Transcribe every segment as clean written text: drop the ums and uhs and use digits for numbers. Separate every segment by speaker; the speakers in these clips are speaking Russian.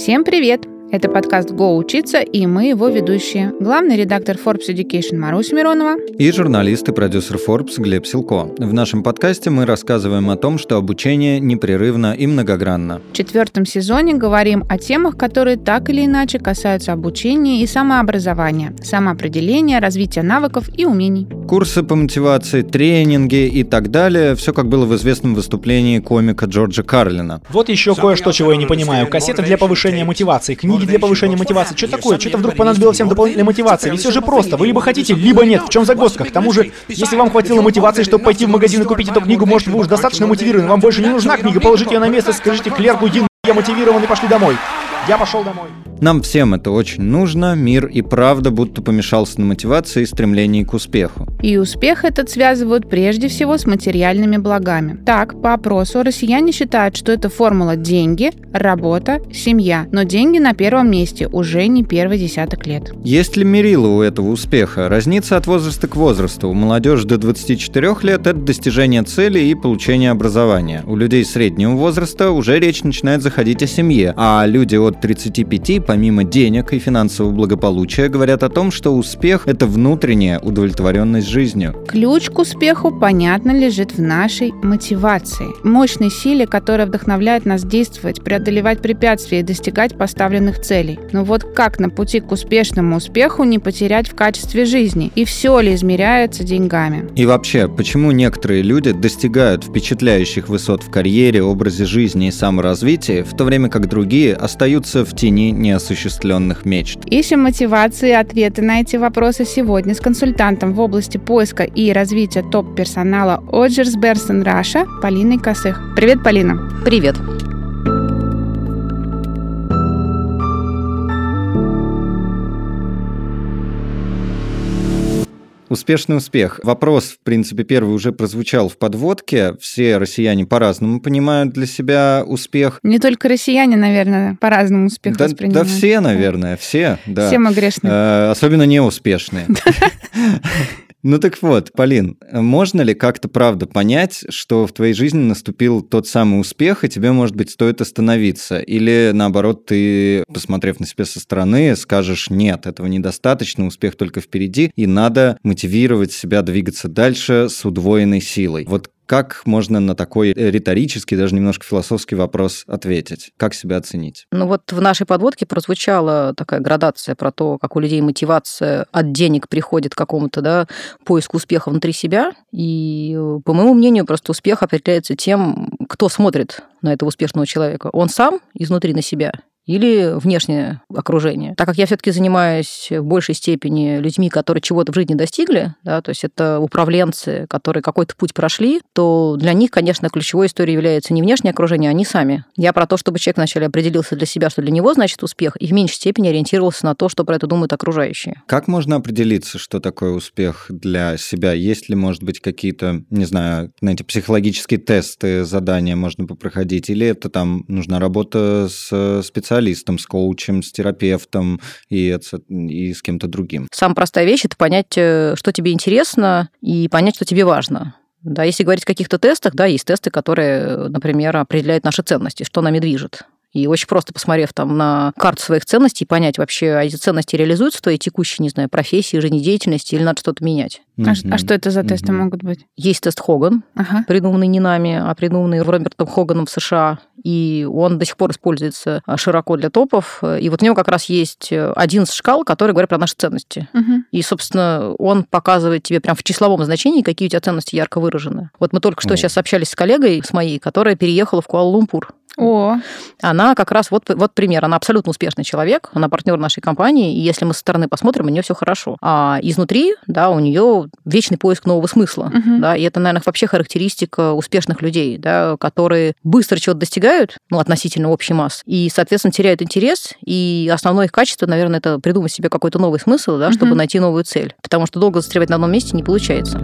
Speaker 1: Всем привет! Это подкаст «Го учиться», и мы его ведущие. Главный редактор Forbes Education Маруся Миронова
Speaker 2: и журналист и продюсер Forbes Глеб Силко. В нашем подкасте мы рассказываем о том, что обучение непрерывно и многогранно.
Speaker 1: В 4 сезоне говорим о темах, которые так или иначе касаются обучения и самообразования, самоопределения, развития навыков и умений.
Speaker 2: Курсы по мотивации, тренинги и так далее. Все как было в известном выступлении комика Джорджа Карлина.
Speaker 3: Вот еще кое-что, чего я не понимаю. Кассеты для повышения мотивации, книги для повышения мотивации. Что такое? Что-то вдруг понадобилось всем дополнительной мотивации? Ведь все же просто. Вы либо хотите, либо нет. В чем загвоздка? К тому же, если вам хватило мотивации, чтобы пойти в магазин и купить эту книгу, может, вы уж достаточно мотивированы. Вам больше не нужна книга. Положите ее на место, скажите клерку: «Иди, я мотивирован», и пошли домой. Я пошел домой.
Speaker 2: Нам всем это очень нужно. Мир и правда будто помешался на мотивации и стремлении к успеху.
Speaker 1: И успех этот связывают прежде всего с материальными благами. Так, по опросу, россияне считают, что это формула деньги, работа, семья. Но деньги на первом месте уже не первый десяток лет.
Speaker 2: Есть ли мерило у этого успеха? Разница от возраста к возрасту. У молодежи до 24 лет это достижение цели и получение образования. У людей среднего возраста уже речь начинает заходить о семье, а люди от 35, помимо денег и финансового благополучия, говорят о том, что успех – это внутренняя удовлетворенность жизнью.
Speaker 1: Ключ к успеху, понятно, лежит в нашей мотивации. Мощной силе, которая вдохновляет нас действовать, преодолевать препятствия и достигать поставленных целей. Но вот как на пути к успешному успеху не потерять в качестве жизни? И все ли измеряется деньгами?
Speaker 2: И вообще, почему некоторые люди достигают впечатляющих высот в карьере, образе жизни и саморазвитии, в то время как другие остаются в тени неосуществленных мечт?
Speaker 1: Ищем мотивации и ответы на эти вопросы сегодня с консультантом в области поиска и развития топ-персонала Оджерс Берсон Раша Полиной Косых. Привет, Полина.
Speaker 4: Привет.
Speaker 2: Успешный успех. Вопрос, в принципе, первый уже прозвучал в подводке. Все россияне по-разному понимают для себя успех.
Speaker 1: Не только россияне, наверное, по-разному успех воспринимают.
Speaker 2: Да все, наверное, все. Да.
Speaker 1: Все мы грешные.
Speaker 2: Особенно неуспешные. Ну так вот, Полин, можно ли как-то правда понять, что в твоей жизни наступил тот самый успех, и тебе, может быть, стоит остановиться? Или, наоборот, ты, посмотрев на себя со стороны, скажешь: нет, этого недостаточно, успех только впереди, и надо мотивировать себя двигаться дальше с удвоенной силой. Вот как можно на такой риторический, даже немножко философский вопрос ответить? Как себя оценить?
Speaker 4: Ну вот в нашей подводке прозвучала такая градация про то, как у людей мотивация от денег приходит к какому-то, поиску успеха внутри себя. И, по моему мнению, просто успех определяется тем, кто смотрит на этого успешного человека. Он сам изнутри на себя или внешнее окружение. Так как я все-таки занимаюсь в большей степени людьми, которые чего-то в жизни достигли, то есть это управленцы, которые какой-то путь прошли, то для них, конечно, ключевой историей является не внешнее окружение, а они сами. Я про то, чтобы человек вначале определился для себя, что для него значит успех, и в меньшей степени ориентировался на то, что про это думают окружающие.
Speaker 2: Как можно определиться, что такое успех для себя? Есть ли, может быть, какие-то, не знаю, знаете, психологические тесты, задания можно попроходить, или это там нужна работа с специалистом, с коучем, с терапевтом и с кем-то другим?
Speaker 4: Самая простая вещь – это понять, что тебе интересно, и понять, что тебе важно. Да, если говорить о каких-то тестах, есть тесты, которые, например, определяют наши ценности, что нами движет. И очень просто, посмотрев там на карту своих ценностей, понять вообще, эти ценности реализуются в твоей текущей, профессии, жизнедеятельности, или надо что-то менять.
Speaker 1: А что это за тесты могут быть?
Speaker 4: Есть тест Хоган, придуманный не нами, а придуманный Робертом Хоганом в США. И он до сих пор используется широко для топов. И вот у него как раз есть 11 шкал, которые говорят про наши ценности. И, собственно, он показывает тебе прям в числовом значении, какие у тебя ценности ярко выражены. Вот мы только что сейчас общались с коллегой, с моей, которая переехала в Куала-Лумпур. Она как раз, вот пример, она абсолютно успешный человек, она партнер нашей компании, и если мы со стороны посмотрим, у нее все хорошо. А изнутри, у нее вечный поиск нового смысла. И это, наверное, вообще характеристика успешных людей, которые быстро чего-то достигают, относительно общей массы, и, соответственно, теряют интерес, и основное их качество, наверное, это придумать себе какой-то новый смысл, чтобы найти новую цель. Потому что долго застревать на одном месте не получается.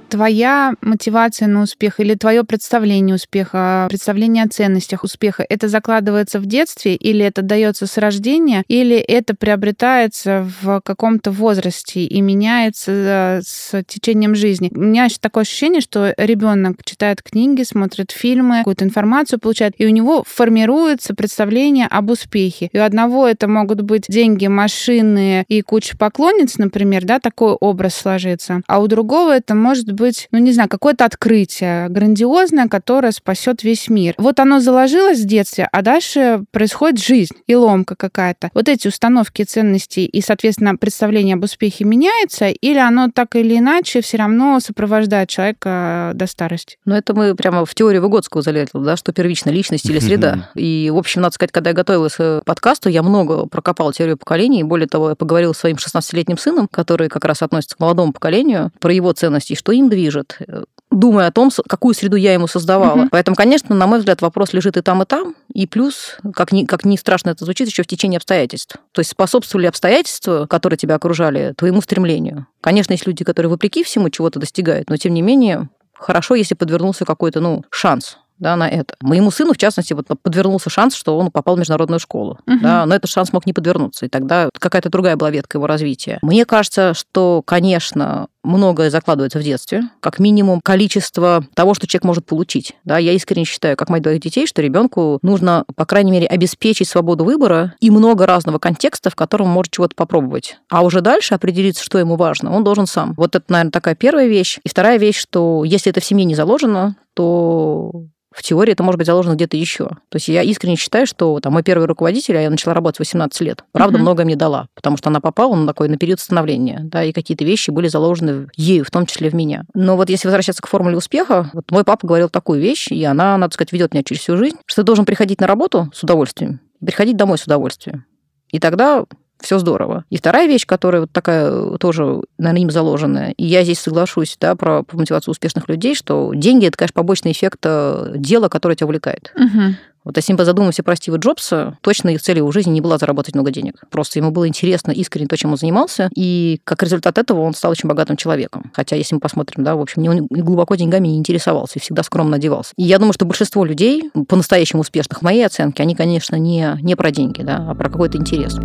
Speaker 1: твоя мотивация на успех или твое представление успеха, представление о ценностях успеха, это закладывается в детстве или это дается с рождения, или это приобретается в каком-то возрасте и меняется с течением жизни? У меня еще такое ощущение, что ребенок читает книги, смотрит фильмы, какую-то информацию получает, и у него формируется представление об успехе. И у одного это могут быть деньги, машины и куча поклонниц, например, да, такой образ сложится. А у другого это может быть, ну не знаю, какое-то открытие грандиозное, которое спасет весь мир. Вот оно заложилось в детстве, а дальше происходит жизнь и ломка какая-то. Вот эти установки ценностей и, соответственно, представление об успехе меняется, или оно так или иначе все равно сопровождает человека до старости?
Speaker 4: Ну, это мы прямо в теорию Выгодского залезли, да, что первичная личность или среда. И, в общем, надо сказать, когда я готовилась к подкасту, я много прокопала теорию поколений. Более того, я поговорила с своим 16-летним сыном, который как раз относится к молодому поколению, про его ценности, что им движет, думая о том, какую среду я ему создавала. Поэтому, конечно, на мой взгляд, вопрос лежит и там, и плюс, как ни страшно это звучит, еще в течение обстоятельств. То есть способствовали обстоятельства, которые тебя окружали, твоему стремлению. Конечно, есть люди, которые вопреки всему чего-то достигают, но, тем не менее, хорошо, если подвернулся какой-то, шанс. Да, на это. Моему сыну, в частности, вот подвернулся шанс, что он попал в международную школу. Да, но этот шанс мог не подвернуться, и тогда какая-то другая была ветка его развития. Мне кажется, что, конечно, многое закладывается в детстве, как минимум количество того, что человек может получить. Да, я искренне считаю, как мать двоих детей, что ребенку нужно, по крайней мере, обеспечить свободу выбора и много разного контекста, в котором он может чего-то попробовать. А уже дальше определиться, что ему важно, он должен сам. Вот это, наверное, такая первая вещь. И вторая вещь, что если это в семье не заложено, то в теории это может быть заложено где-то еще. То есть я искренне считаю, что мой первый руководитель, а я начала работать в 18 лет, правда, многое мне дала, потому что она попала на период становления, да, и какие-то вещи были заложены ею, в том числе в меня. Но вот если возвращаться к формуле успеха, вот мой папа говорил такую вещь, и она, надо сказать, ведет меня через всю жизнь, что ты должен приходить на работу с удовольствием, приходить домой с удовольствием. И тогда все здорово. И вторая вещь, которая вот такая тоже, наверное, им заложенная, и я здесь соглашусь, да, про мотивацию успешных людей, что деньги – это, конечно, побочный эффект дела, которое тебя увлекает. Вот если мы задумаемся про Стива Джобса, точно их целью в жизни не была заработать много денег. Просто ему было интересно искренне то, чем он занимался, и как результат этого он стал очень богатым человеком. Хотя, если мы посмотрим, да, в общем, он глубоко деньгами не интересовался и всегда скромно одевался. И я думаю, что большинство людей, по-настоящему успешных, в моей оценке, они, конечно, не про деньги, да, а про какой-то интерес.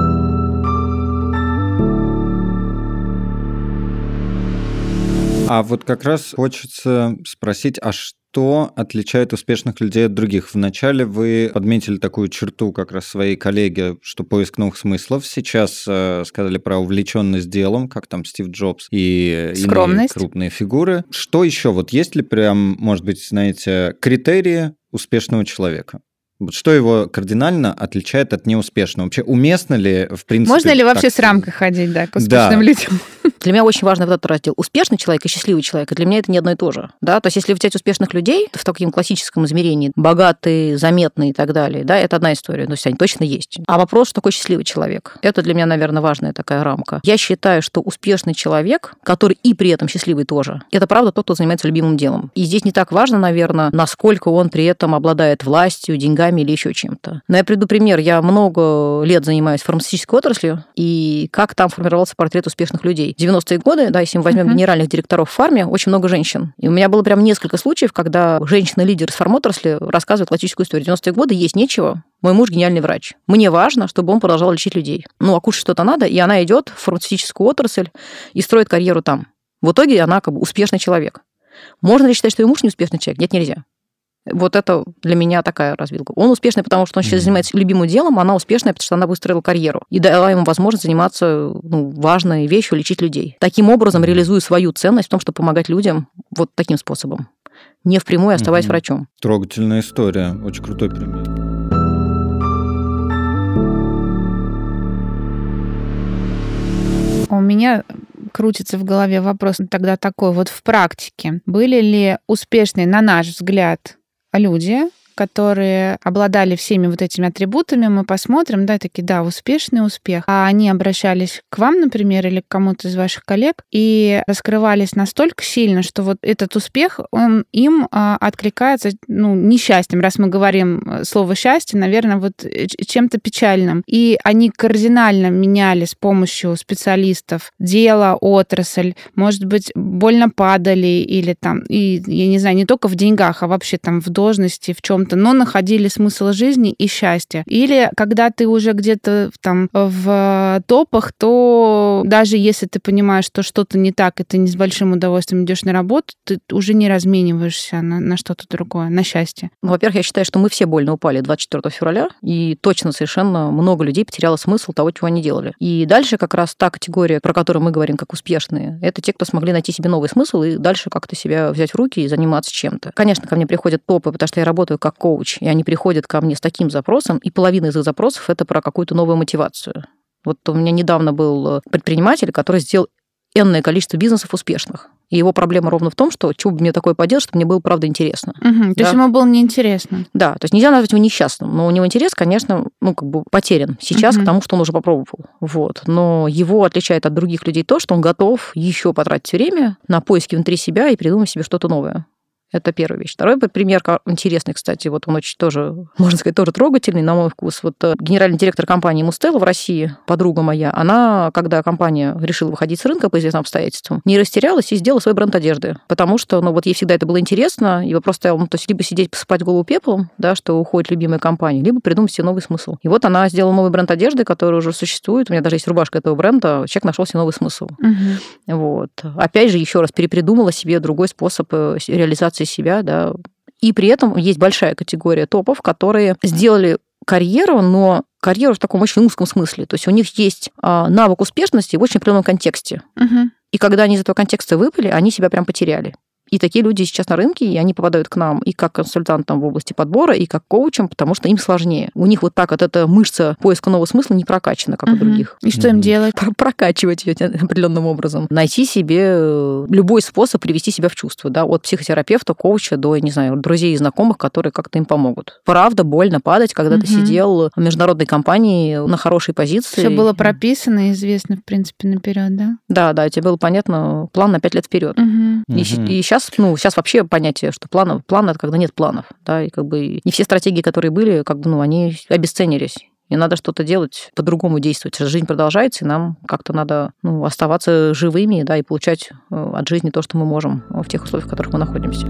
Speaker 2: А вот как раз хочется спросить, а что отличает успешных людей от других? Вначале вы подметили такую черту как раз своей коллеги, что поиск новых смыслов. Сейчас сказали про увлеченность делом, как там Стив Джобс и иные крупные фигуры. Что еще? Вот есть ли прям, может быть, знаете, критерии успешного человека? Что его кардинально отличает от неуспешного? Вообще, уместно ли, в принципе...
Speaker 1: Можно ли вообще с рамкой ходить, да, к успешным людям?
Speaker 4: Для меня очень важный вот этот раздел. Успешный человек и счастливый человек. И для меня это не одно и то же. Да? То есть, если взять успешных людей в таком классическом измерении, богатые, заметные и так далее, да, это одна история. То есть, они точно есть. А вопрос, что такой счастливый человек? Это для меня, наверное, важная такая рамка. Я считаю, что успешный человек, который и при этом счастливый тоже, это правда тот, кто занимается любимым делом. И здесь не так важно, наверное, насколько он при этом обладает властью, деньгами или еще чем-то. Но я приведу пример. Я много лет занимаюсь фармацевтической отраслью, и как там формировался портрет успешных людей. 90-е годы, да, если мы возьмем генеральных директоров в фарме, очень много женщин. И у меня было прям несколько случаев, когда женщина-лидер из фармотрасли рассказывает классическую историю. 90-е годы есть нечего. Мой муж гениальный врач. Мне важно, чтобы он продолжал лечить людей. А кушать что-то надо, и она идет в фармацевтическую отрасль и строит карьеру там. В итоге она успешный человек. Можно ли считать, что ее муж не успешный человек? Нет, нельзя. Вот это для меня такая развилка. Он успешный, потому что он сейчас занимается любимым делом, она успешная, потому что она выстроила карьеру и дала ему возможность заниматься важной вещью, лечить людей. Таким образом, реализуя свою ценность в том, чтобы помогать людям вот таким способом. Не впрямую оставаясь врачом.
Speaker 2: Трогательная история. Очень крутой пример.
Speaker 1: У меня крутится в голове вопрос тогда такой, вот в практике. Были ли успешные, на наш взгляд, люди, которые обладали всеми вот этими атрибутами, мы посмотрим, да, такие, да, успешный успех, а они обращались к вам, например, или к кому-то из ваших коллег и раскрывались настолько сильно, что вот этот успех, он им откликается, несчастьем, раз мы говорим слово «счастье», наверное, вот чем-то печальным. И они кардинально меняли с помощью специалистов дело, отрасль, может быть, больно падали или там, и, я не знаю, не только в деньгах, а вообще там в должности, в чем-то, но находили смысл жизни и счастье. Или когда ты уже где-то там в топах, то даже если ты понимаешь, что что-то не так, и ты не с большим удовольствием идешь на работу, ты уже не размениваешься на что-то другое, на счастье.
Speaker 4: Во-первых, я считаю, что мы все больно упали 24 февраля, и точно совершенно много людей потеряло смысл того, чего они делали. И дальше как раз та категория, про которую мы говорим как успешные, это те, кто смогли найти себе новый смысл и дальше как-то себя взять в руки и заниматься чем-то. Конечно, ко мне приходят топы, потому что я работаю как коуч, и они приходят ко мне с таким запросом, и половина из их запросов – это про какую-то новую мотивацию. Вот у меня недавно был предприниматель, который сделал энное количество бизнесов успешных. И его проблема ровно в том, что чего бы мне такое поделать, чтобы мне было, правда, интересно.
Speaker 1: То есть ему было неинтересно.
Speaker 4: Да, то есть нельзя назвать его несчастным, но у него интерес, конечно, потерян сейчас к тому, что он уже попробовал. Вот. Но его отличает от других людей то, что он готов еще потратить время на поиски внутри себя и придумать себе что-то новое. Это первая вещь. Второй пример интересный, кстати, вот он очень тоже, можно сказать, тоже трогательный, на мой вкус. Вот генеральный директор компании Мустелла в России, подруга моя, она, когда компания решила выходить с рынка по известным обстоятельствам, не растерялась и сделала свой бренд одежды. Потому что, вот ей всегда это было интересно, и вопрос стоял, то есть либо сидеть, посыпать голову пеплом, да, что уходит любимая компания, либо придумать себе новый смысл. И вот она сделала новый бренд одежды, который уже существует. У меня даже есть рубашка этого бренда. Человек нашел себе новый смысл. Вот. Опять же, еще раз перепридумала себе другой способ реализации себя, да. И при этом есть большая категория топов, которые сделали карьеру, но карьеру в таком очень узком смысле. То есть у них есть навык успешности в очень определенном контексте. И когда они из этого контекста выпали, они себя прям потеряли. И такие люди сейчас на рынке, и они попадают к нам и как консультантам в области подбора, и как коучам, потому что им сложнее. У них вот так вот эта мышца поиска нового смысла не прокачана, как у других.
Speaker 1: И что им делать?
Speaker 4: Прокачивать ее определенным образом. Найти себе любой способ привести себя в чувство. Да? От психотерапевта, коуча до, не знаю, друзей и знакомых, которые как-то им помогут. Правда, больно падать, когда ты сидел в международной компании на хорошей позиции.
Speaker 1: Все было прописано и известно, в принципе, наперед, да? Да,
Speaker 4: тебе было понятно, план на 5 лет вперед. И сейчас вообще понятие, что план это когда нет планов, да, и не все стратегии, которые были, они обесценились. И надо что-то делать, по-другому действовать. Жизнь продолжается, и нам как-то надо оставаться живыми, да, и получать от жизни то, что мы можем в тех условиях, в которых мы находимся.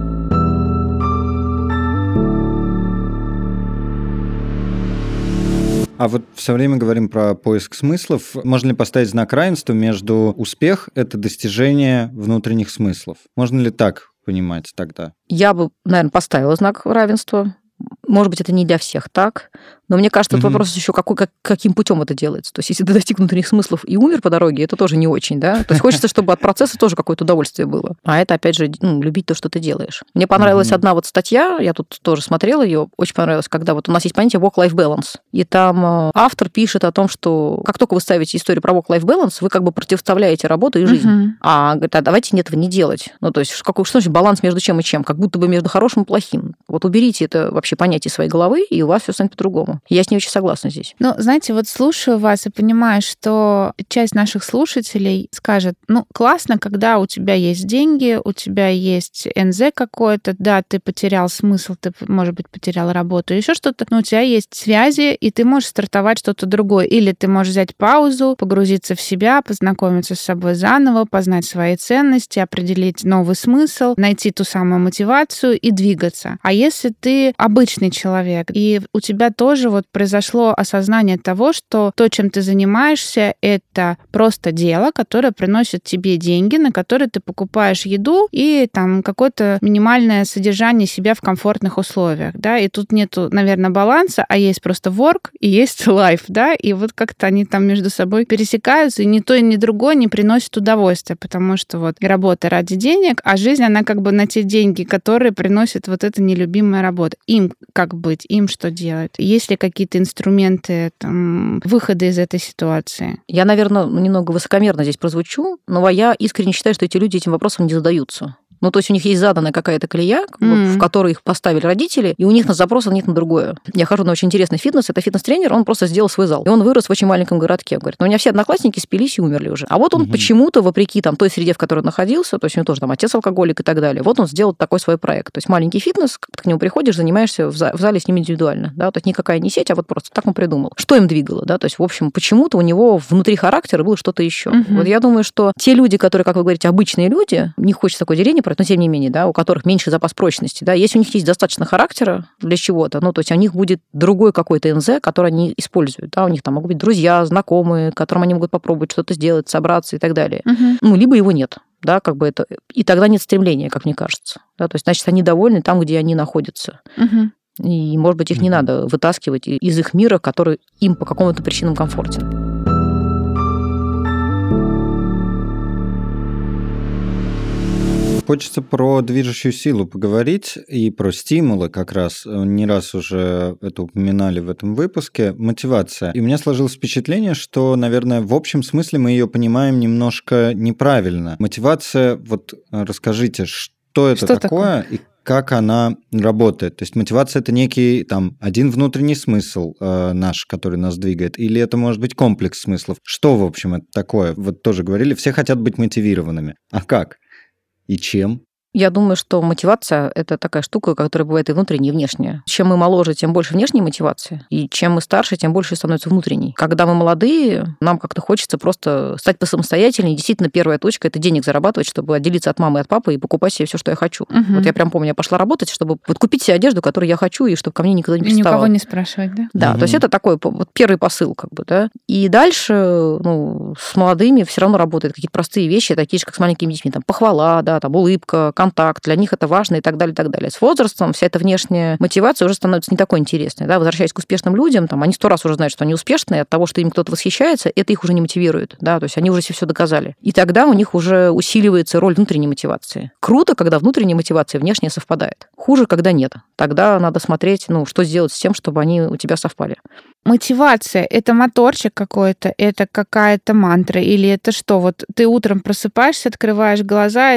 Speaker 2: А вот все время говорим про поиск смыслов. Можно ли поставить знак равенства между успех – это достижение внутренних смыслов? Можно ли так понимать тогда?
Speaker 4: Я бы, наверное, поставила знак равенства. Может быть, это не для всех так, но мне кажется, этот вопрос еще каким путем это делается. То есть, если ты достиг внутренних смыслов и умер по дороге, это тоже не очень, да? То есть, хочется, чтобы от процесса тоже какое-то удовольствие было. А это, опять же, любить то, что ты делаешь. Мне понравилась одна статья, я тут тоже смотрела ее, очень понравилась, когда у нас есть понятие work-life balance. И там автор пишет о том, что как только вы ставите историю про work-life balance, вы противоставляете работу и жизнь. А говорит, давайте этого не делать. То есть, что значит баланс между чем и чем? Как будто бы между хорошим и плохим. Уберите это вообще понятие своей головы, и у вас все станет по-другому. Я с ней очень согласна здесь.
Speaker 1: Знаете, слушаю вас и понимаю, что часть наших слушателей скажет, классно, когда у тебя есть деньги, у тебя есть НЗ какое-то, да, ты потерял смысл, ты, может быть, потерял работу, еще что-то, но у тебя есть связи, и ты можешь стартовать что-то другое. Или ты можешь взять паузу, погрузиться в себя, познакомиться с собой заново, познать свои ценности, определить новый смысл, найти ту самую мотивацию и двигаться. А если ты обычный человек, и у тебя тоже произошло осознание того, что то, чем ты занимаешься, это просто дело, которое приносит тебе деньги, на которые ты покупаешь еду и какое-то минимальное содержание себя в комфортных условиях, да, и тут нету, наверное, баланса, а есть просто work и есть life, да, и как-то они там между собой пересекаются, и ни то, ни другое не приносит удовольствия, потому что работа ради денег, а жизнь, она на те деньги, которые приносит эта нелюбимая работа. Им как быть, им что делать? Есть ли какие-то инструменты выхода из этой ситуации?
Speaker 4: Я, наверное, немного высокомерно здесь прозвучу, но я искренне считаю, что эти люди этим вопросом не задаются. Ну, то есть у них есть заданная какая-то колея, в которой их поставили родители, и у них на запрос, нет на другое. Я хожу на очень интересный фитнес, это фитнес-тренер, он просто сделал свой зал. И он вырос в очень маленьком городке. Говорит, у меня все одноклассники спились и умерли уже. А вот он почему-то, вопреки там той среде, в которой он находился, то есть у него тоже там отец алкоголик и так далее, вот он сделал такой свой проект. То есть маленький фитнес, как ты к нему приходишь, занимаешься в зале с ним индивидуально. Да? То есть никакая не сеть, а вот просто так он придумал. Что им двигало? Да? То есть, в общем, почему-то у него внутри характера было что-то еще. Вот я думаю, что те люди, которые, как вы говорите, обычные люди, не хочется такое деление брать, но тем не менее, да, у которых меньше запас прочности, да, если у них есть достаточно характера для чего-то, ну, то есть у них будет другой какой-то НЗ, который они используют, да, у них там могут быть друзья, знакомые, которым они могут попробовать что-то сделать, собраться и так далее. Ну, либо его нет. Да, как бы это... И тогда нет стремления, как мне кажется. Да, то есть, значит, они довольны там, где они находятся. И, может быть, их не надо вытаскивать из их мира, который им по какому-то причинам комфортен.
Speaker 2: Хочется про движущую силу поговорить и про стимулы как раз. Не раз уже это упоминали в этом выпуске. Мотивация. И у меня сложилось впечатление, что, наверное, в общем смысле мы ее понимаем немножко неправильно. Мотивация, вот расскажите, что это такое и как она работает? То есть мотивация – это некий там один внутренний смысл наш, который нас двигает, или это может быть комплекс смыслов? Что, в общем, это такое? Вот тоже говорили, все хотят быть мотивированными. А как? И чем?
Speaker 4: Я думаю, что мотивация – это такая штука, которая бывает и внутренняя, и внешняя. Чем мы моложе, тем больше внешней мотивации, и чем мы старше, тем больше становится внутренней. Когда мы молодые, нам как-то хочется просто стать посамостоятельнее. Действительно, первая точка – это денег зарабатывать, чтобы отделиться от мамы и от папы и покупать себе все, что я хочу. Вот я прям помню, я пошла работать, чтобы вот купить себе одежду, которую я хочу, и чтобы ко мне никто не приставал.
Speaker 1: И никого не спрашивать, да?
Speaker 4: Да, то есть это такой вот первый посыл, как бы, да. И дальше, ну, с молодыми все равно работают какие-то простые вещи, такие же, как с маленькими детьми, там, похвала, да, там, улыбка, контакт, для них это важно и так далее, и так далее. С возрастом вся эта внешняя мотивация уже становится не такой интересной. Да? Возвращаясь к успешным людям, там, они 100 раз уже знают, что они успешные, от того, что им кто-то восхищается, это их уже не мотивирует. Да? То есть они уже все доказали. И тогда у них уже усиливается роль внутренней мотивации. Круто, когда внутренняя мотивация и внешняя совпадает. Хуже, когда нет. Тогда надо смотреть, ну, что сделать с тем, чтобы они у тебя совпали.
Speaker 1: Мотивация – это моторчик какой-то, это какая-то мантра, или это что? Вот ты утром просыпаешься, открываешь глаза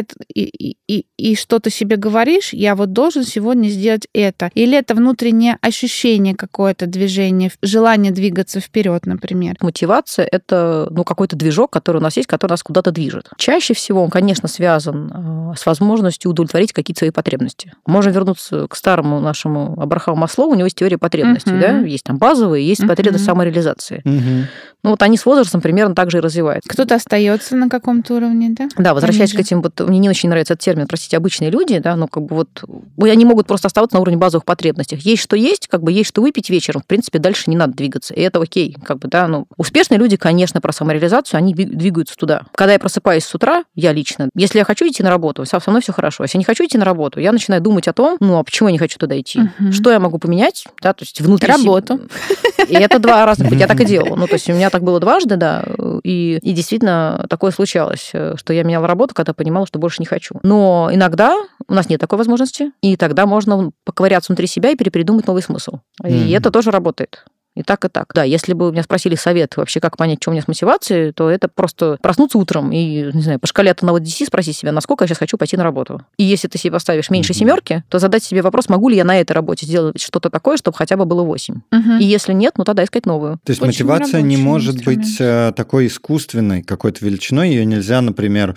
Speaker 1: и что-то себе говоришь, я вот должен сегодня сделать это. Или это внутреннее ощущение какое-то движение, желание двигаться вперед, например.
Speaker 4: Мотивация – это, ну, какой-то движок, который у нас есть, который нас куда-то движет. Чаще всего он, конечно, связан с возможностью удовлетворить какие-то свои потребности. Можем вернуться к старому нашему Абрахаму Маслоу, у него есть теория потребностей, да? Есть там базовые, есть потребность самореализации. Ну, вот они с возрастом примерно так же и развиваются.
Speaker 1: Кто-то остается на каком-то уровне, да?
Speaker 4: Да, возвращаясь к этим, вот мне не очень нравится этот термин, простите, обычные люди, да, ну, как бы вот, они могут просто оставаться на уровне базовых потребностей. Есть что есть, как бы есть что выпить вечером, в принципе, дальше не надо двигаться, и это окей, как бы, да, ну, успешные люди, конечно, про самореализацию, они двигаются туда. Когда я просыпаюсь с утра, я лично, если я хочу идти на работу, со мной все хорошо, если я не хочу идти на работу, я начинаю думать о том, ну, а почему я не хочу туда идти? Что я могу поменять, да, то есть внутри
Speaker 1: работу.
Speaker 4: И это два разных пути. Я так и делала. Ну, то есть у меня так было дважды, да, и действительно такое случалось, что я меняла работу, когда понимала, что больше не хочу. Но иногда у нас нет такой возможности, и тогда можно поковыряться внутри себя и перепридумать новый смысл. И это тоже работает. И так, и так. Да, если бы меня спросили совет вообще, как понять, что у меня с мотивацией, то это просто проснуться утром и, не знаю, по шкале от 1 до 10 спросить себя, насколько я сейчас хочу пойти на работу. И если ты себе поставишь меньше 7, то задать себе вопрос, могу ли я на этой работе сделать что-то такое, чтобы хотя бы было 8. И если нет, ну тогда искать новую.
Speaker 2: То есть мотивация не может быть такой искусственной какой-то величиной. Ее нельзя, например,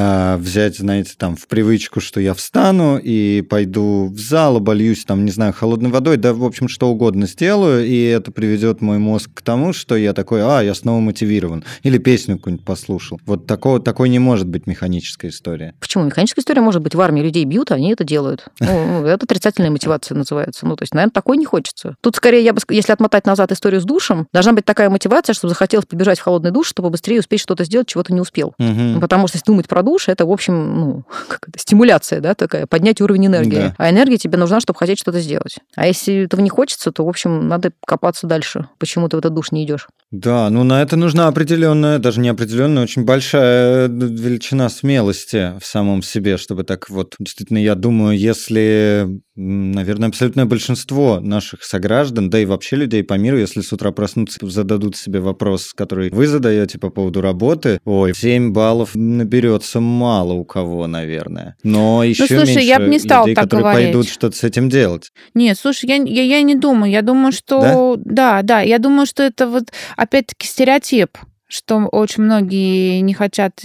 Speaker 2: взять, знаете, там, в привычку, что я встану и пойду в зал, обольюсь, там, не знаю, холодной водой, да, в общем, что угодно сделаю, и это приведет мой мозг к тому, что я такой, я снова мотивирован. Или песню какую-нибудь послушал. Вот такой не может быть механическая история.
Speaker 4: Почему? Механическая история может быть. В армии людей бьют, они это делают. Ну, это отрицательная мотивация называется. Ну, то есть, наверное, такой не хочется. Тут скорее, если отмотать назад историю с душем, должна быть такая мотивация, чтобы захотелось побежать в холодный душ, чтобы быстрее успеть что-то сделать, чего ты не успел. Потому что если думать про душ, это, в общем, ну, как-то стимуляция, да, такая, поднять уровень энергии. Да. А энергия тебе нужна, чтобы хотеть что-то сделать. А если этого не хочется, то, в общем, надо копаться дальше дальше? Почему ты в этот душ не идешь?
Speaker 2: Да, на это нужна определенная, даже не определенная, очень большая величина смелости в самом себе, чтобы так вот... Действительно, я думаю, если, наверное, абсолютное большинство наших сограждан, да и вообще людей по миру, если с утра проснутся, зададут себе вопрос, который вы задаете по поводу работы, 7 баллов наберется мало у кого, наверное. Но еще меньше
Speaker 1: я бы не стала
Speaker 2: людей,
Speaker 1: так
Speaker 2: которые
Speaker 1: говорить.
Speaker 2: пойдут что-то с этим делать.
Speaker 1: Нет, слушай, я не думаю. Я думаю, что... Да, я думаю, что это вот опять-таки стереотип, что очень многие не хотят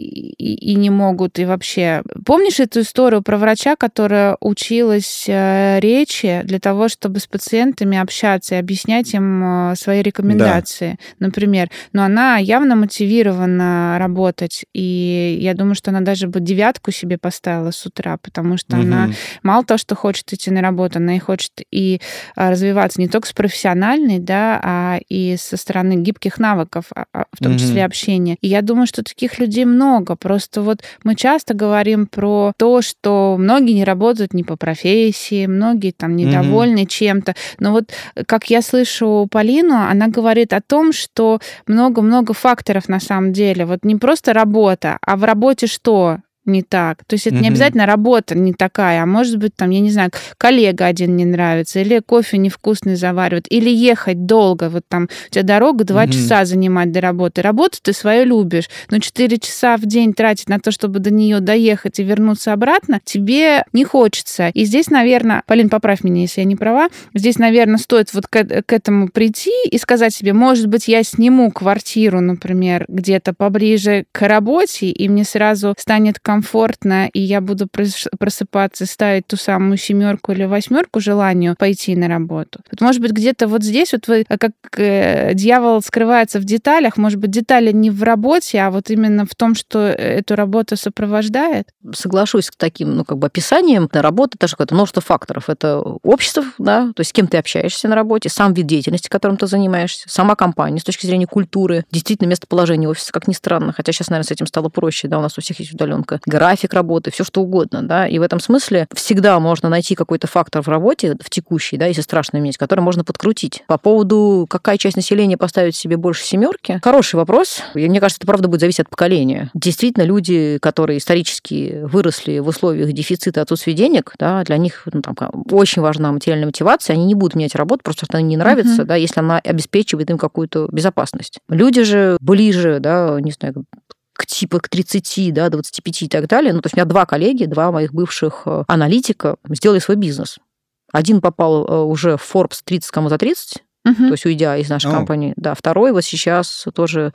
Speaker 1: и не могут, и вообще... Помнишь эту историю про врача, которая училась речи для того, чтобы с пациентами общаться и объяснять им свои рекомендации, например? Но она явно мотивирована работать, и я думаю, что она даже бы 9 себе поставила с утра, потому что она мало того, что хочет идти на работу, она и хочет и развиваться не только с профессиональной, да, а и со стороны гибких навыков, в том числе общения. И я думаю, что таких людей много. Просто вот мы часто говорим про то, что многие не работают не по профессии, многие там недовольны чем-то. Но вот как я слышу Полину, она говорит о том, что много-много факторов на самом деле. Вот не просто работа, а в работе что? Не так. То есть это не обязательно работа не такая, а может быть, там, я не знаю, коллега один не нравится, или кофе невкусный заваривает, или ехать долго. Вот там у тебя дорога 2 часа занимать до работы. Работу ты свою любишь, но 4 часа в день тратить на то, чтобы до нее доехать и вернуться обратно, тебе не хочется. И здесь, наверное, Полин, поправь меня, если я не права, здесь, наверное, стоит вот к этому прийти и сказать себе, может быть, я сниму квартиру, например, где-то поближе к работе, и мне сразу станет комфортно, и я буду просыпаться, ставить ту самую 7 или 8 желанию пойти на работу. Вот, может быть, где-то вот здесь вот вы, как дьявол скрывается в деталях, может быть, детали не в работе, а вот именно в том, что эту работу сопровождает?
Speaker 4: Соглашусь с таким, описанием. Работа — это же какое-то множество факторов. Это общество, да, то есть с кем ты общаешься на работе, сам вид деятельности, которым ты занимаешься, сама компания с точки зрения культуры, действительно местоположение офиса, как ни странно, хотя сейчас, наверное, с этим стало проще, да, у нас у всех есть удаленка, график работы, все что угодно, да, и в этом смысле всегда можно найти какой-то фактор в работе, в текущей, да, если страшно иметь, который можно подкрутить. По поводу, какая часть населения поставит себе больше 7, хороший вопрос. И мне кажется, это правда будет зависеть от поколения. Действительно, люди, которые исторически выросли в условиях дефицита, отсутствия денег, да, для них очень важна материальная мотивация, они не будут менять работу, просто что она не нравится, да, если она обеспечивает им какую-то безопасность. Люди же ближе, да, не знаю, к 30, да, 25 и так далее. То есть у меня 2 коллеги, 2 моих бывших аналитика сделали свой бизнес. Один попал уже в Forbes 30, кому за 30, то есть уйдя из нашей компании. Да, второй вот сейчас тоже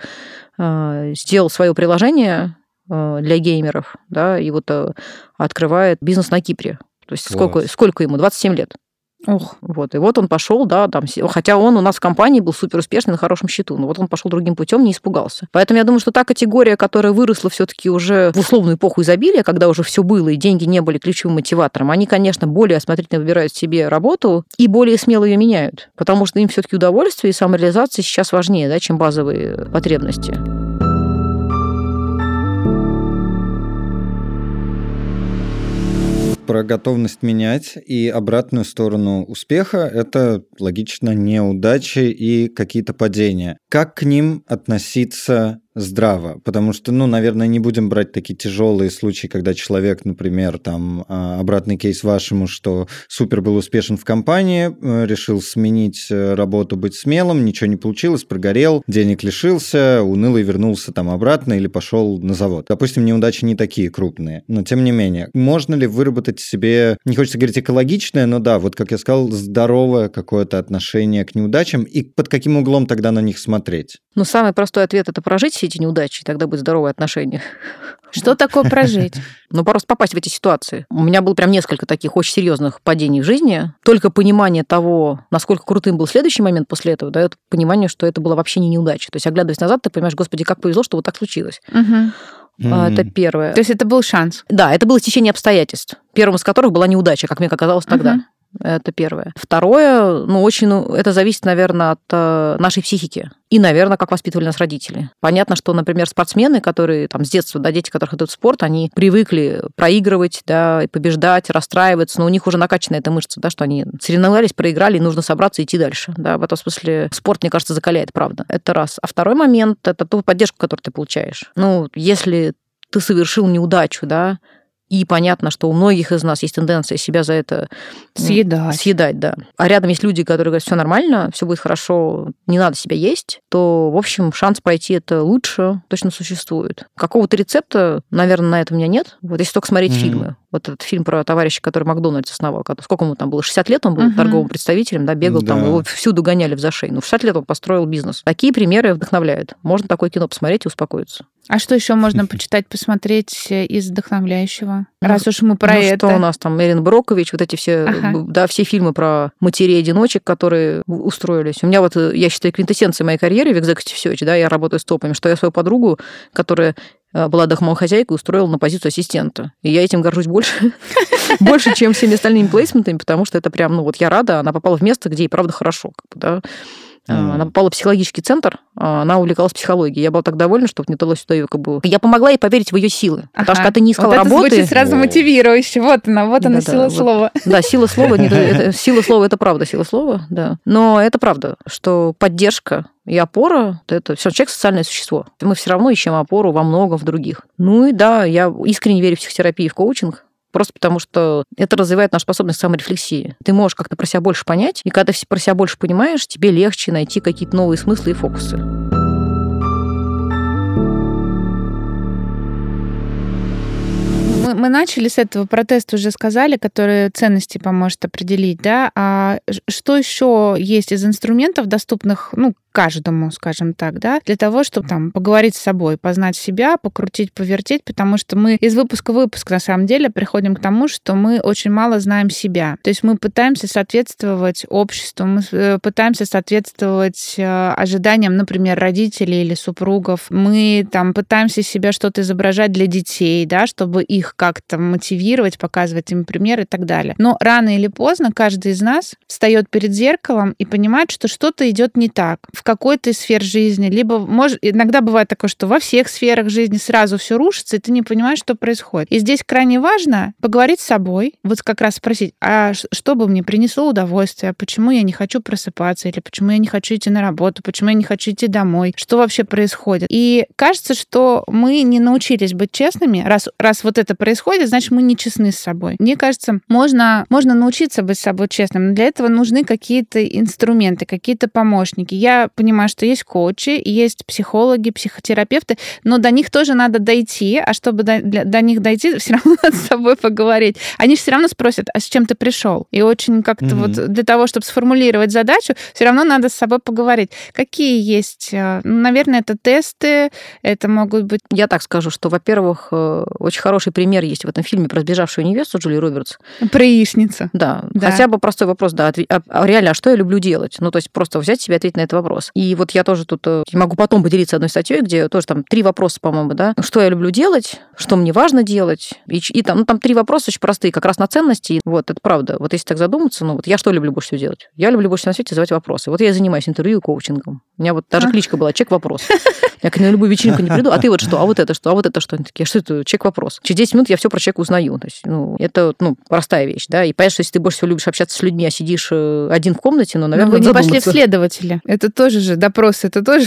Speaker 4: сделал свое приложение для геймеров, да, и вот открывает бизнес на Кипре. То есть сколько ему? 27 лет.
Speaker 1: Ох.
Speaker 4: Вот. И вот он пошел, да, там, хотя он у нас в компании был супер успешный, на хорошем счету, но вот он пошел другим путем, не испугался. Поэтому я думаю, что та категория, которая выросла все-таки уже в условную эпоху изобилия, когда уже все было и деньги не были ключевым мотиватором, они, конечно, более осмотрительно выбирают себе работу и более смело ее меняют, потому что им все-таки удовольствие и самореализация сейчас важнее, да, чем базовые потребности.
Speaker 2: Про готовность менять и обратную сторону успеха – это, логично, неудачи и какие-то падения. Как к ним относиться здраво? Потому что, наверное, не будем брать такие тяжелые случаи, когда человек, например, там, обратный кейс вашему, что супер был успешен в компании, решил сменить работу, быть смелым, ничего не получилось, прогорел, денег лишился, унылый вернулся там обратно или пошел на завод. Допустим, неудачи не такие крупные, но тем не менее. Можно ли выработать себе, не хочется говорить экологичное, но да, вот как я сказал, здоровое какое-то отношение к неудачам и под каким углом тогда на них смотреть?
Speaker 4: Самый простой ответ – это прожить все эти неудачи, и тогда будет здоровое отношение.
Speaker 1: Что такое прожить?
Speaker 4: Просто попасть в эти ситуации. У меня было прям несколько таких очень серьезных падений в жизни. Только понимание того, насколько крутым был следующий момент после этого, дает понимание, что это была вообще не неудача. То есть, оглядываясь назад, ты понимаешь, господи, как повезло, что вот так случилось. Это первое.
Speaker 1: То есть это был шанс?
Speaker 4: Да, это было стечение обстоятельств, первым из которых была неудача, как мне оказалось тогда. Это первое. Второе, это зависит, наверное, от нашей психики. И, наверное, как воспитывали нас родители. Понятно, что, например, спортсмены, которые там с детства, да, дети, которых идут в спорт, они привыкли проигрывать, да, и побеждать, расстраиваться, но у них уже накачана эта мышца, да, что они соревновались, проиграли, и нужно собраться и идти дальше. Да. В этом смысле спорт, мне кажется, закаляет, правда. Это раз. А второй момент – это ту поддержку, которую ты получаешь. Если ты совершил неудачу, да, и понятно, что у многих из нас есть тенденция себя за это съедать, да. А рядом есть люди, которые говорят, все нормально, все будет хорошо, не надо себя есть, то, в общем, шанс пройти это лучше точно существует. Какого-то рецепта, наверное, на это у меня нет. Вот если только смотреть фильмы. Вот этот фильм про товарища, который Макдональдс основал. Сколько ему там было? 60 лет он был торговым представителем, да, бегал там, его всюду гоняли в зашей. В 60 лет он построил бизнес. Такие примеры вдохновляют. Можно такое кино посмотреть и успокоиться.
Speaker 1: А что еще можно почитать, посмотреть из вдохновляющего? Раз уж мы про это.
Speaker 4: Что у нас там? Эрин Брокович, вот эти все, да, все фильмы про матерей-одиночек, которые устроились. У меня я считаю, квинтэссенцией моей карьеры в Executive Search, да, я работаю с топами, что я свою подругу, которая была домохозяйкой, устроила на позицию ассистента. И я этим горжусь больше, чем всеми остальными плейсментами, потому что это прям, я рада, она попала в место, где ей правда хорошо, да. Она попала в психологический центр, она увлекалась психологией. Я была так довольна, что не дала сюда ее Я помогла ей поверить в ее силы. Потому что когда ты не искала работы...
Speaker 1: Это звучит сразу мотивирующе. Вот она, сила слова.
Speaker 4: Да, сила слова. Сила слова – это правда, сила слова, да. Но это правда, что поддержка и опора – это все, человек – социальное существо. Мы все равно ищем опору во многом в других. И да, я искренне верю в психотерапию и в коучинг. Просто потому, что это развивает нашу способность к саморефлексии. Ты можешь как-то про себя больше понять, и когда ты про себя больше понимаешь, тебе легче найти какие-то новые смыслы и фокусы.
Speaker 1: Мы начали с этого, про тест уже сказали, которые ценности поможет определить, да? А что еще есть из инструментов, доступных, каждому, скажем так, да, для того, чтобы там поговорить с собой, познать себя, покрутить, повертеть, потому что мы из выпуска в выпуск, на самом деле, приходим к тому, что мы очень мало знаем себя. То есть мы пытаемся соответствовать обществу, мы пытаемся соответствовать ожиданиям, например, родителей или супругов. Мы там пытаемся себя что-то изображать для детей, да, чтобы их как-то мотивировать, показывать им пример и так далее. Но рано или поздно каждый из нас встает перед зеркалом и понимает, что что-то идет не так в какой-то из сфер жизни, либо иногда бывает такое, что во всех сферах жизни сразу все рушится, и ты не понимаешь, что происходит. И здесь крайне важно поговорить с собой, вот как раз спросить, а что бы мне принесло удовольствие, почему я не хочу просыпаться, или почему я не хочу идти на работу, почему я не хочу идти домой, что вообще происходит. И кажется, что мы не научились быть честными. Раз вот это происходит, значит, мы не честны с собой. Мне кажется, можно научиться быть с собой честным, но для этого нужны какие-то инструменты, какие-то помощники. Я понимаю, что есть коучи, есть психологи, психотерапевты, но до них тоже надо дойти, а чтобы до них дойти, все равно надо с собой поговорить. Они же все равно спросят, а с чем ты пришел? И очень как-то вот для того, чтобы сформулировать задачу, все равно надо с собой поговорить. Какие есть? Наверное, это тесты, это могут быть...
Speaker 4: Я так скажу, что, во-первых, очень хороший пример есть в этом фильме про сбежавшую невесту Джулии Робертс.
Speaker 1: Про яичницу.
Speaker 4: Да. Хотя бы простой вопрос, да, реально, а что я люблю делать? То есть просто взять себе и ответить на этот вопрос. И вот я тоже тут могу потом поделиться одной статьей, где тоже там 3 вопроса, по-моему, да. Что я люблю делать, что мне важно делать. И там 3 вопроса очень простые, как раз на ценности. Вот, это правда. Вот если так задуматься, я что люблю больше всего делать? Я люблю больше на свете задавать вопросы. Вот я занимаюсь интервью и коучингом. У меня вот даже кличка была «Чек-вопрос». Я на любую вечеринку не приду, а ты вот что, а вот это что, а вот это что? Они такие, что это? Чек-вопрос. Через 10 минут я все про человека узнаю. То есть, это простая вещь, да. И понятно, что если ты больше всего любишь общаться с людьми, а сидишь один в комнате, наверное,
Speaker 1: вы не пошли в следователи. Это тоже же допрос, это тоже...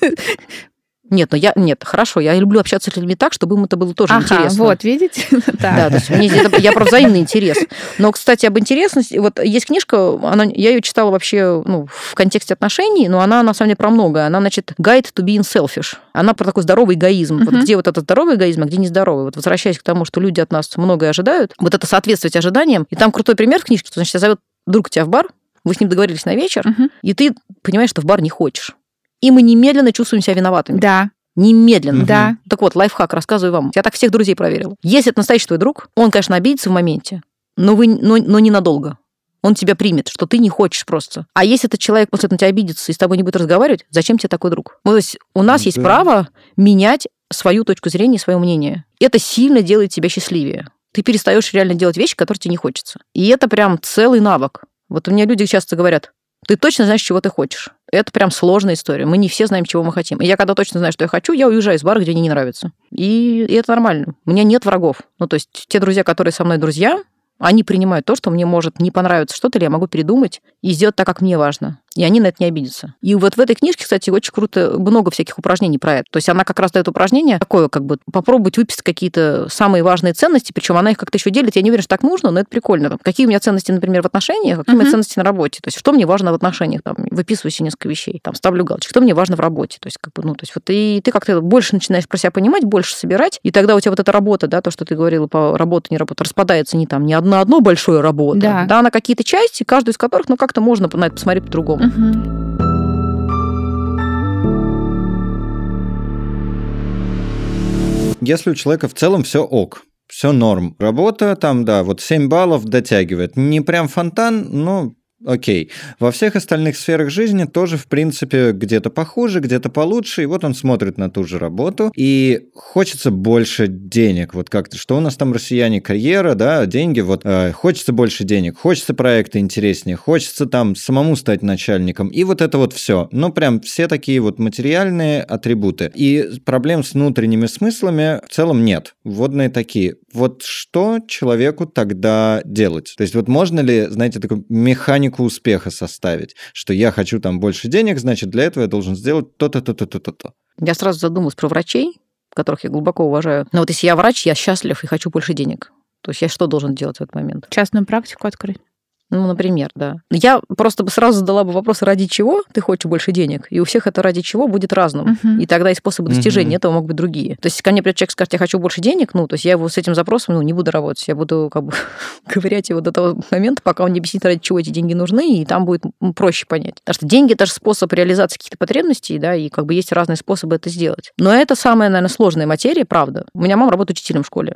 Speaker 4: Нет, хорошо, я люблю общаться с людьми так, чтобы им это было тоже интересно.
Speaker 1: Вот, видите?
Speaker 4: Да, то есть я про взаимный интерес. Но, кстати, об интересности, вот есть книжка, я ее читала вообще в контексте отношений, но она на самом деле про многое. Она, значит, Guide to being selfish. Она про такой здоровый эгоизм. Вот где вот этот здоровый эгоизм, а где нездоровый. Вот возвращаясь к тому, что люди от нас многое ожидают, вот это соответствовать ожиданиям. И там крутой пример в книжке, что, значит, зовет друг тебя в бар, вы с ним договорились на вечер, и ты понимаешь, что в бар не хочешь. И мы немедленно чувствуем себя виноватыми.
Speaker 1: Да.
Speaker 4: Немедленно.
Speaker 1: Да.
Speaker 4: Так вот, лайфхак, рассказываю вам. Я так всех друзей проверила. Если это настоящий твой друг, он, конечно, обидится в моменте, но ненадолго. Он тебя примет, что ты не хочешь просто. А если этот человек после этого на тебя обидится и с тобой не будет разговаривать, зачем тебе такой друг? То есть у нас есть право менять свою точку зрения, свое мнение. Это сильно делает тебя счастливее. ты перестаешь реально делать вещи, которые тебе не хочется. И это прям целый навык. Вот у меня люди часто говорят, ты точно знаешь, чего ты хочешь. Это прям сложная история. Мы не все знаем, чего мы хотим. И я когда точно знаю, что я хочу, я уезжаю из бара, где мне не нравится. И это нормально. У меня нет врагов. Ну, то есть те друзья, которые со мной друзья, они принимают то, что мне может не понравиться что-то, или я могу передумать и сделать так, как мне важно. И они на это не обидятся. И вот в этой книжке, кстати, очень круто, много всяких упражнений про это. То есть она как раз дает упражнение такое, как бы попробовать выписать какие-то самые важные ценности, причем она их как-то еще делит. Я не уверена, что так нужно, но это прикольно. Какие у меня ценности, например, в отношениях, какие у меня ценности на работе. То есть что мне важно в отношениях, там, выписываю себе несколько вещей, там, ставлю галочки, что мне важно в работе. То есть, как бы, ну, то есть вот и ты как-то больше начинаешь про себя понимать, больше собирать, и тогда у тебя вот эта работа, да, то, что ты говорила по работе, не работа, распадается не там, не одно большое работа, да, на какие-то части, каждую из которых, ну, как-то можно на это посмотреть по-другому.
Speaker 2: Если у человека в целом все ок, все норм, работа там, да, вот 7 баллов дотягивает, не прям фонтан, но окей. Во всех остальных сферах жизни тоже, в принципе, где-то похуже, где-то получше, и вот он смотрит на ту же работу, и хочется больше денег, вот как-то, что у нас там россияне, карьера, да, деньги, вот, хочется больше денег, хочется проекты интереснее, хочется там самому стать начальником, и вот это вот все, ну, прям все такие вот материальные атрибуты, и проблем с внутренними смыслами в целом нет, вводные такие. Вот что человеку тогда делать? То есть вот можно ли, знаете, такую механику успеха составить, что я хочу там больше денег, значит, для этого я должен сделать то-то, то-то, то-то, то.
Speaker 4: Я сразу задумалась про врачей, которых я глубоко уважаю. Но вот если я врач, я счастлив и хочу больше денег. То есть я что должен делать в этот момент?
Speaker 1: Частную практику открыть.
Speaker 4: Ну, например, да. Я просто бы сразу задала бы вопрос, ради чего ты хочешь больше денег? И у всех это ради чего будет разным. И тогда и способы достижения этого могут быть другие. То есть, если ко мне придет человек и скажет, я хочу больше денег, ну, то есть я его с этим запросом, не буду работать. Я буду как бы ковырять его до того момента, пока он не объяснит, ради чего эти деньги нужны, и там будет проще понять. Потому что деньги – это же способ реализации каких-то потребностей, да, и как бы есть разные способы это сделать. Но это самая, наверное, сложная материя, правда. У меня мама работает учителем в школе.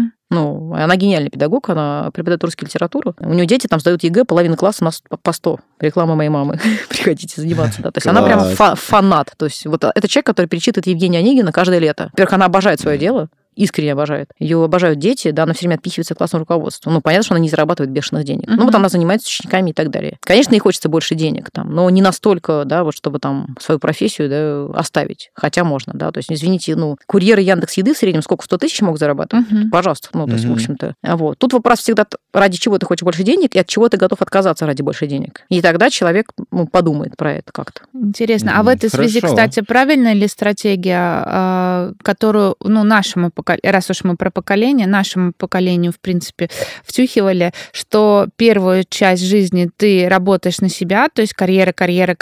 Speaker 4: Ну, она гениальный педагог, она преподает русскую литературу. У нее дети там сдают ЕГЭ, половина класса у нас по 100. Реклама моей мамы. Приходите заниматься, да. То есть она прям фанат. То есть вот это человек, который перечитывает Евгения Онегина каждое лето. Во-первых, она обожает свое дело, искренне обожает. Ее обожают дети, да, она все время отпихивается классному руководству. Ну, понятно, что она не зарабатывает бешеных денег. Ну, вот она занимается с учениками и так далее. Конечно, ей хочется больше денег, там, но не настолько, да, вот чтобы там свою профессию, да, оставить. Хотя можно, да. То есть, извините, ну, курьеры Яндекс.Еды в среднем сколько, 100 тысяч могут зарабатывать? Пожалуйста. Ну, то есть, в общем-то, вот. Тут вопрос всегда, ради чего ты хочешь больше денег и от чего ты готов отказаться ради больше денег. И тогда человек, ну, подумает про это как-то.
Speaker 1: Интересно. А в этой связи, кстати, правильная ли стратегия, которую, ну, нашему поколению, раз уж мы про поколение, нашему поколению, в принципе, втюхивали, что первую часть жизни ты работаешь на себя, то есть карьера,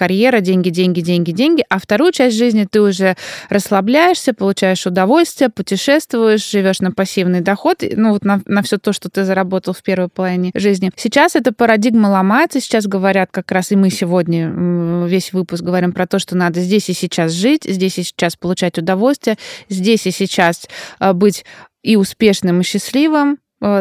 Speaker 1: деньги, а вторую часть жизни ты уже расслабляешься, получаешь удовольствие, путешествуешь, живешь на пассивный доход, ну вот на все то, что ты заработал в первой половине жизни. Сейчас эта парадигма ломается, сейчас говорят как раз, и мы сегодня весь выпуск говорим про то, что надо здесь и сейчас жить, здесь и сейчас получать удовольствие, здесь и сейчас быть и успешным, и счастливым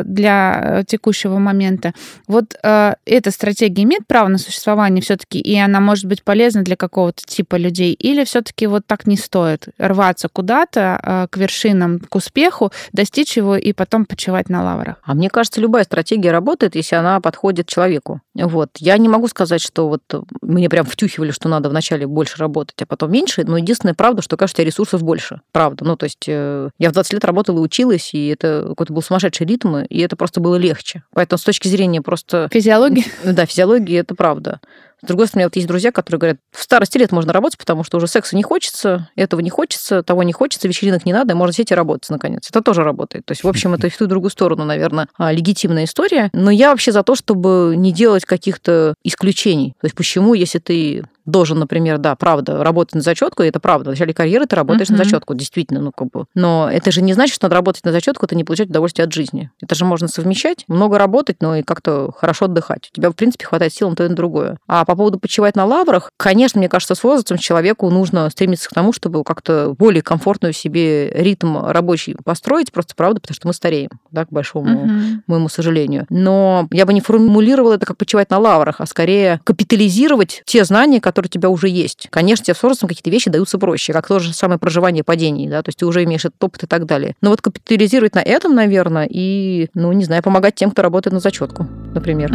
Speaker 1: для текущего момента. Вот эта стратегия имеет право на существование все-таки, и она может быть полезна для какого-то типа людей, или все-таки вот так не стоит рваться куда-то к вершинам, к успеху, достичь его и потом почивать на лаврах?
Speaker 4: А мне кажется, любая стратегия работает, если она подходит человеку. Вот. Я не могу сказать, что вот мне прям втюхивали, что надо вначале больше работать, а потом меньше, но единственная правда, что, кажется, ресурсов больше. Правда. Ну, то есть я в 20 лет работала и училась, и это какой-то был сумасшедший ритм, и это просто было легче. Поэтому с точки зрения просто...
Speaker 1: Физиологии?
Speaker 4: Да, физиологии, это правда. С другой стороны, у меня вот есть друзья, которые говорят, в старости лет можно работать, потому что уже секса не хочется, этого не хочется, того не хочется, вечеринок не надо, и можно сидеть и работать, наконец. Это тоже работает. То есть, в общем, это и в ту и другую сторону, наверное, легитимная история. Но я вообще за то, чтобы не делать каких-то исключений. То есть, почему, если ты должен, например, да, правда, работать на зачетку, и это правда. В начале карьеры ты работаешь на зачетку, действительно, ну, как бы. Но это же не значит, что надо работать на зачетку, это не получать удовольствие от жизни. Это же можно совмещать, много работать, но и как-то хорошо отдыхать. У тебя, в принципе, хватает сил на то и на другое. А по по поводу почивать на лаврах, конечно, мне кажется, с возрастом человеку нужно стремиться к тому, чтобы как-то более комфортную себе ритм рабочий построить, просто правда, потому что мы стареем, да, к большому моему сожалению. Но я бы не формулировала это как почивать на лаврах, а скорее капитализировать те знания, которые у тебя уже есть. Конечно, тебе с возрастом какие-то вещи даются проще, как то же самое проживание падений, да, то есть ты уже имеешь этот опыт и так далее. Но вот капитализировать на этом, наверное, и, не знаю, помогать тем, кто работает на зачетку, например.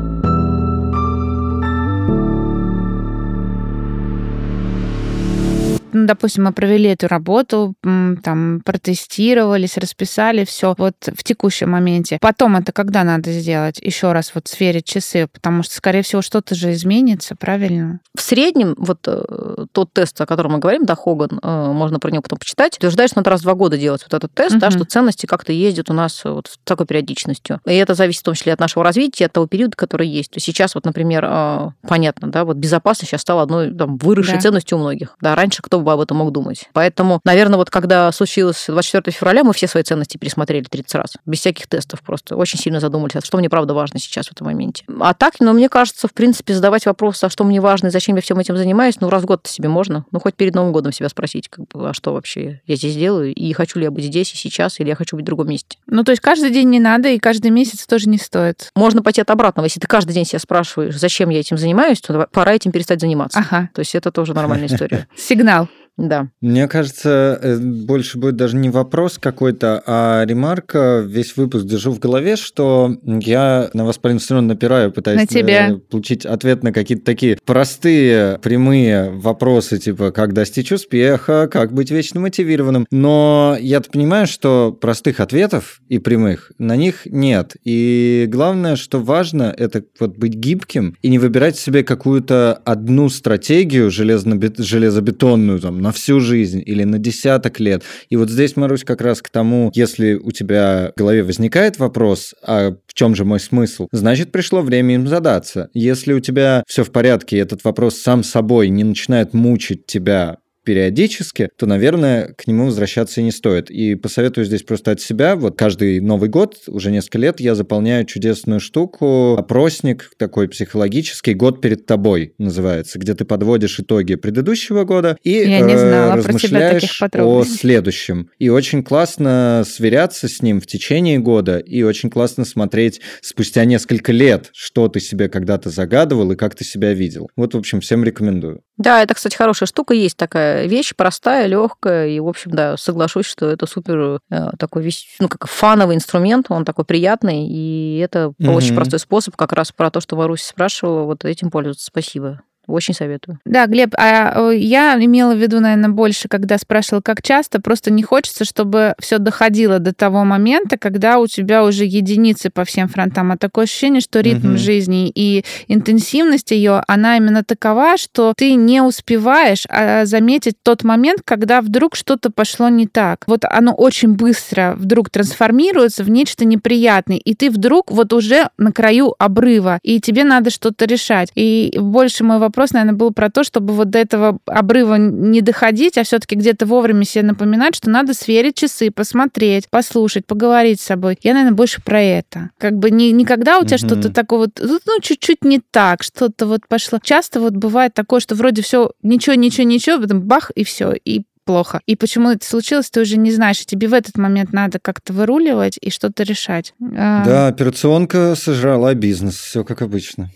Speaker 1: Допустим, мы провели эту работу, там, протестировались, расписали все вот в текущем моменте. Потом это когда надо сделать? Еще раз вот сверить часы, потому что, скорее всего, что-то же изменится, правильно?
Speaker 4: В среднем, вот тот тест, о котором мы говорим, да, Хоган, можно про него потом почитать, утверждает, что надо раз в 2 года делать вот этот тест, да, что ценности как-то ездят у нас вот с такой периодичностью. И это зависит в том числе от нашего развития, от того периода, который есть. То есть сейчас вот, например, понятно, да, вот безопасность сейчас стала одной там выросшей ценностью у многих. Да, раньше кто бы об этом мог думать. Поэтому, наверное, вот когда случилось 24 февраля, мы все свои ценности пересмотрели 30 раз. Без всяких тестов просто. Очень сильно задумались, что мне правда важно сейчас в этом моменте. А так, мне кажется, в принципе, задавать вопрос, а что мне важно и зачем я всем этим занимаюсь, раз в год себе можно. Хоть перед Новым годом себя спросить, а что вообще я здесь делаю, и хочу ли я быть здесь и сейчас, или я хочу быть в другом месте.
Speaker 1: То есть каждый день не надо, и каждый месяц тоже не стоит.
Speaker 4: Можно пойти от обратного. Если ты каждый день себя спрашиваешь, зачем я этим занимаюсь, то пора этим перестать заниматься. То есть это тоже нормальная история.
Speaker 1: Сигнал.
Speaker 4: Да.
Speaker 2: Мне кажется, больше будет даже не вопрос какой-то, а ремарка. Весь выпуск держу в голове, что я на вас, Полина, все равно напираю, пытаюсь получить ответ на какие-то такие простые, прямые вопросы, типа, как достичь успеха, как быть вечно мотивированным. Но я-то понимаю, что простых ответов и прямых на них нет. И главное, что важно, это вот быть гибким и не выбирать себе какую-то одну стратегию железобетонную, там, на всю жизнь или на десяток лет. И вот здесь, Марусь, как раз к тому, если у тебя в голове возникает вопрос, а в чем же мой смысл, значит, пришло время им задаться. Если у тебя все в порядке, и этот вопрос сам собой не начинает мучить тебя периодически, то, наверное, к нему возвращаться и не стоит. И посоветую здесь просто от себя. Вот каждый Новый год, уже несколько лет, я заполняю чудесную штуку, опросник такой психологический, «Год перед тобой» называется, где ты подводишь итоги предыдущего года и размышляешь о следующем. И очень классно сверяться с ним в течение года, и очень классно смотреть спустя несколько лет, что ты себе когда-то загадывал и как ты себя видел. Вот, в общем, всем рекомендую.
Speaker 4: Да, это, кстати, хорошая штука, есть такая вещь, простая, легкая, и, в общем, да, соглашусь, что это супер такой как фановый инструмент, он такой приятный, и это очень простой способ, как раз про то, что Маруся спрашивала, вот этим пользоваться. Спасибо. Очень советую.
Speaker 1: Да, Глеб, а я имела в виду, наверное, больше, когда спрашивала, как часто, просто не хочется, чтобы все доходило до того момента, когда у тебя уже единицы по всем фронтам. А такое ощущение, что ритм жизни и интенсивность ее, она именно такова, что ты не успеваешь заметить тот момент, когда вдруг что-то пошло не так. Вот оно очень быстро вдруг трансформируется в нечто неприятное, и ты вдруг вот уже на краю обрыва, и тебе надо что-то решать. И больше мой вопрос, наверное, был про то, чтобы вот до этого обрыва не доходить, а все-таки где-то вовремя себе напоминать, что надо сверить часы, посмотреть, послушать, поговорить с собой. Я, наверное, больше про это. Как бы никогда у тебя что-то такое вот, чуть-чуть не так, что-то вот пошло. Часто вот бывает такое, что вроде все ничего, потом бах, и все, и плохо. И почему это случилось, ты уже не знаешь, и тебе в этот момент надо как-то выруливать и что-то решать.
Speaker 2: Да, операционка сожрала бизнес, все как обычно.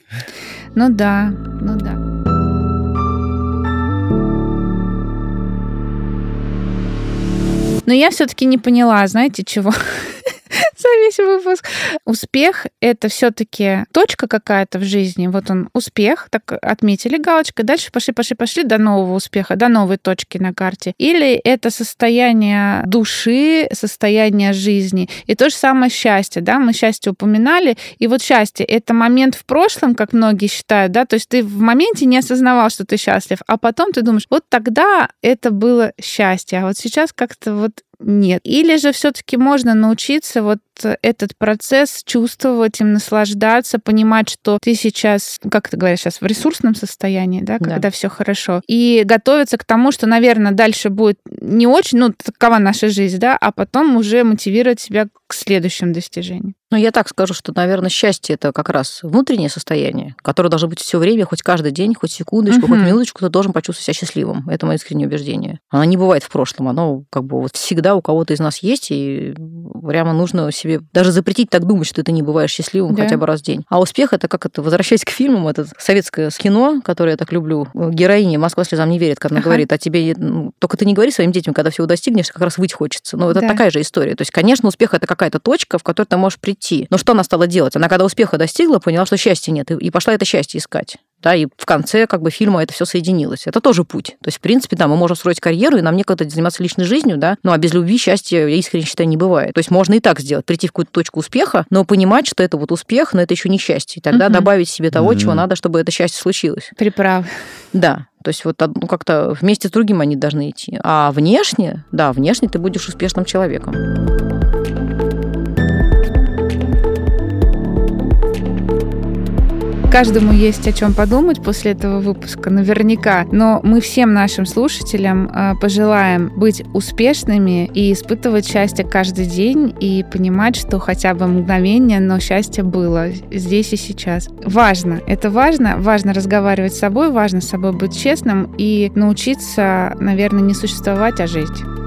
Speaker 1: Ну да. Но я все-таки не поняла, знаете, чего? За весь выпуск. Успех — это все-таки точка какая-то в жизни. Вот он, успех, так отметили галочкой. Дальше пошли до нового успеха, до новой точки на карте. Или это состояние души, состояние жизни. И то же самое счастье, да, мы счастье упоминали. И вот счастье — это момент в прошлом, как многие считают, да, то есть ты в моменте не осознавал, что ты счастлив, а потом ты думаешь, вот тогда это было счастье, а вот сейчас как-то вот нет. Или же все-таки можно научиться вот этот процесс чувствовать, им наслаждаться, понимать, что ты сейчас, как ты говоришь сейчас, в ресурсном состоянии, да, когда все хорошо, и готовиться к тому, что, наверное, дальше будет не очень, такова наша жизнь, да, а потом уже мотивировать себя к следующим достижениям.
Speaker 4: Ну, я так скажу, что, наверное, счастье – это как раз внутреннее состояние, которое должно быть все время, хоть каждый день, хоть секундочку, хоть минуточку, ты должен почувствовать себя счастливым. Это мое искреннее убеждение. Оно не бывает в прошлом, оно как бы вот всегда у кого-то из нас есть, и прямо нужно себе даже запретить так думать, что ты не бываешь счастливым хотя бы раз в день. А успех – это как это, возвращаясь к фильмам, это советское кино, которое я так люблю. Героиня «Москва слезам не верит», когда она говорит, а тебе только ты не говори своим детям, когда всего достигнешь, как раз выть хочется. Ну, это такая же история. То есть, конечно, успех – это какая-то точка, в которой ты можешь прийти. Но что она стала делать? Она, когда успеха достигла, поняла, что счастья нет, и пошла это счастье искать. Да, и в конце как бы фильма это все соединилось. Это тоже путь. То есть, в принципе, да, мы можем строить карьеру, и нам некогда заниматься личной жизнью, да, ну, а без любви счастья, я искренне считаю, не бывает. То есть, можно и так сделать, прийти в какую-то точку успеха, но понимать, что это вот успех, но это еще не счастье. И тогда добавить себе того, чего надо, чтобы это счастье случилось.
Speaker 1: Приправ. Да.
Speaker 4: То есть, вот как-то вместе с другим они должны идти. А внешне, да, внешне ты будешь успешным человеком.
Speaker 1: Каждому есть о чем подумать после этого выпуска, наверняка. Но мы всем нашим слушателям пожелаем быть успешными и испытывать счастье каждый день и понимать, что хотя бы мгновение, но счастье было здесь и сейчас. Важно, это важно. Важно разговаривать с собой, важно с собой быть честным и научиться, наверное, не существовать, а жить.